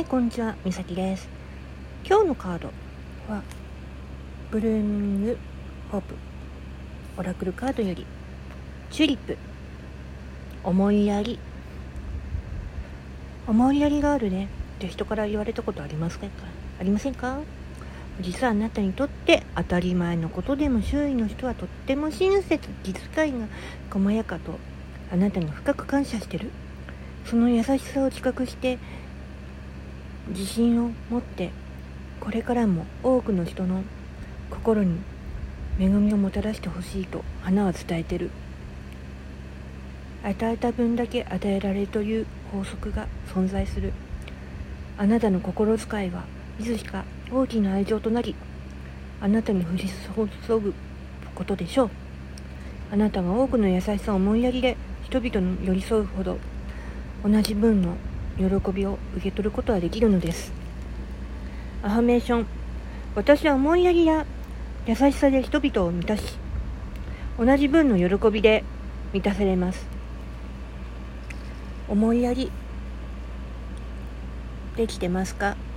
はい、こんにちは、みさきです。今日のカードはブルーミングホープオラクルカードよりチューリップ、思いやりがあるねって人から言われたことありませんか？実はあなたにとって当たり前のことでも周囲の人はとっても親切、気遣いが細やかとあなたに深く感謝してる。その優しさを自覚して自信を持ってこれからも多くの人の心に恵みをもたらしてほしいと花は伝えてる。与えた分だけ与えられるという法則が存在する。あなたの心遣いはいつしか大きな愛情となり、あなたに降り注ぐことでしょう。あなたが多くの優しさ、思いやりで人々に寄り添うほど同じ分の喜びを受け取ることはできるのです。アファメーション。私は思いやりや優しさで人々を満たし、同じ分の喜びで満たされます。思いやりできてますか？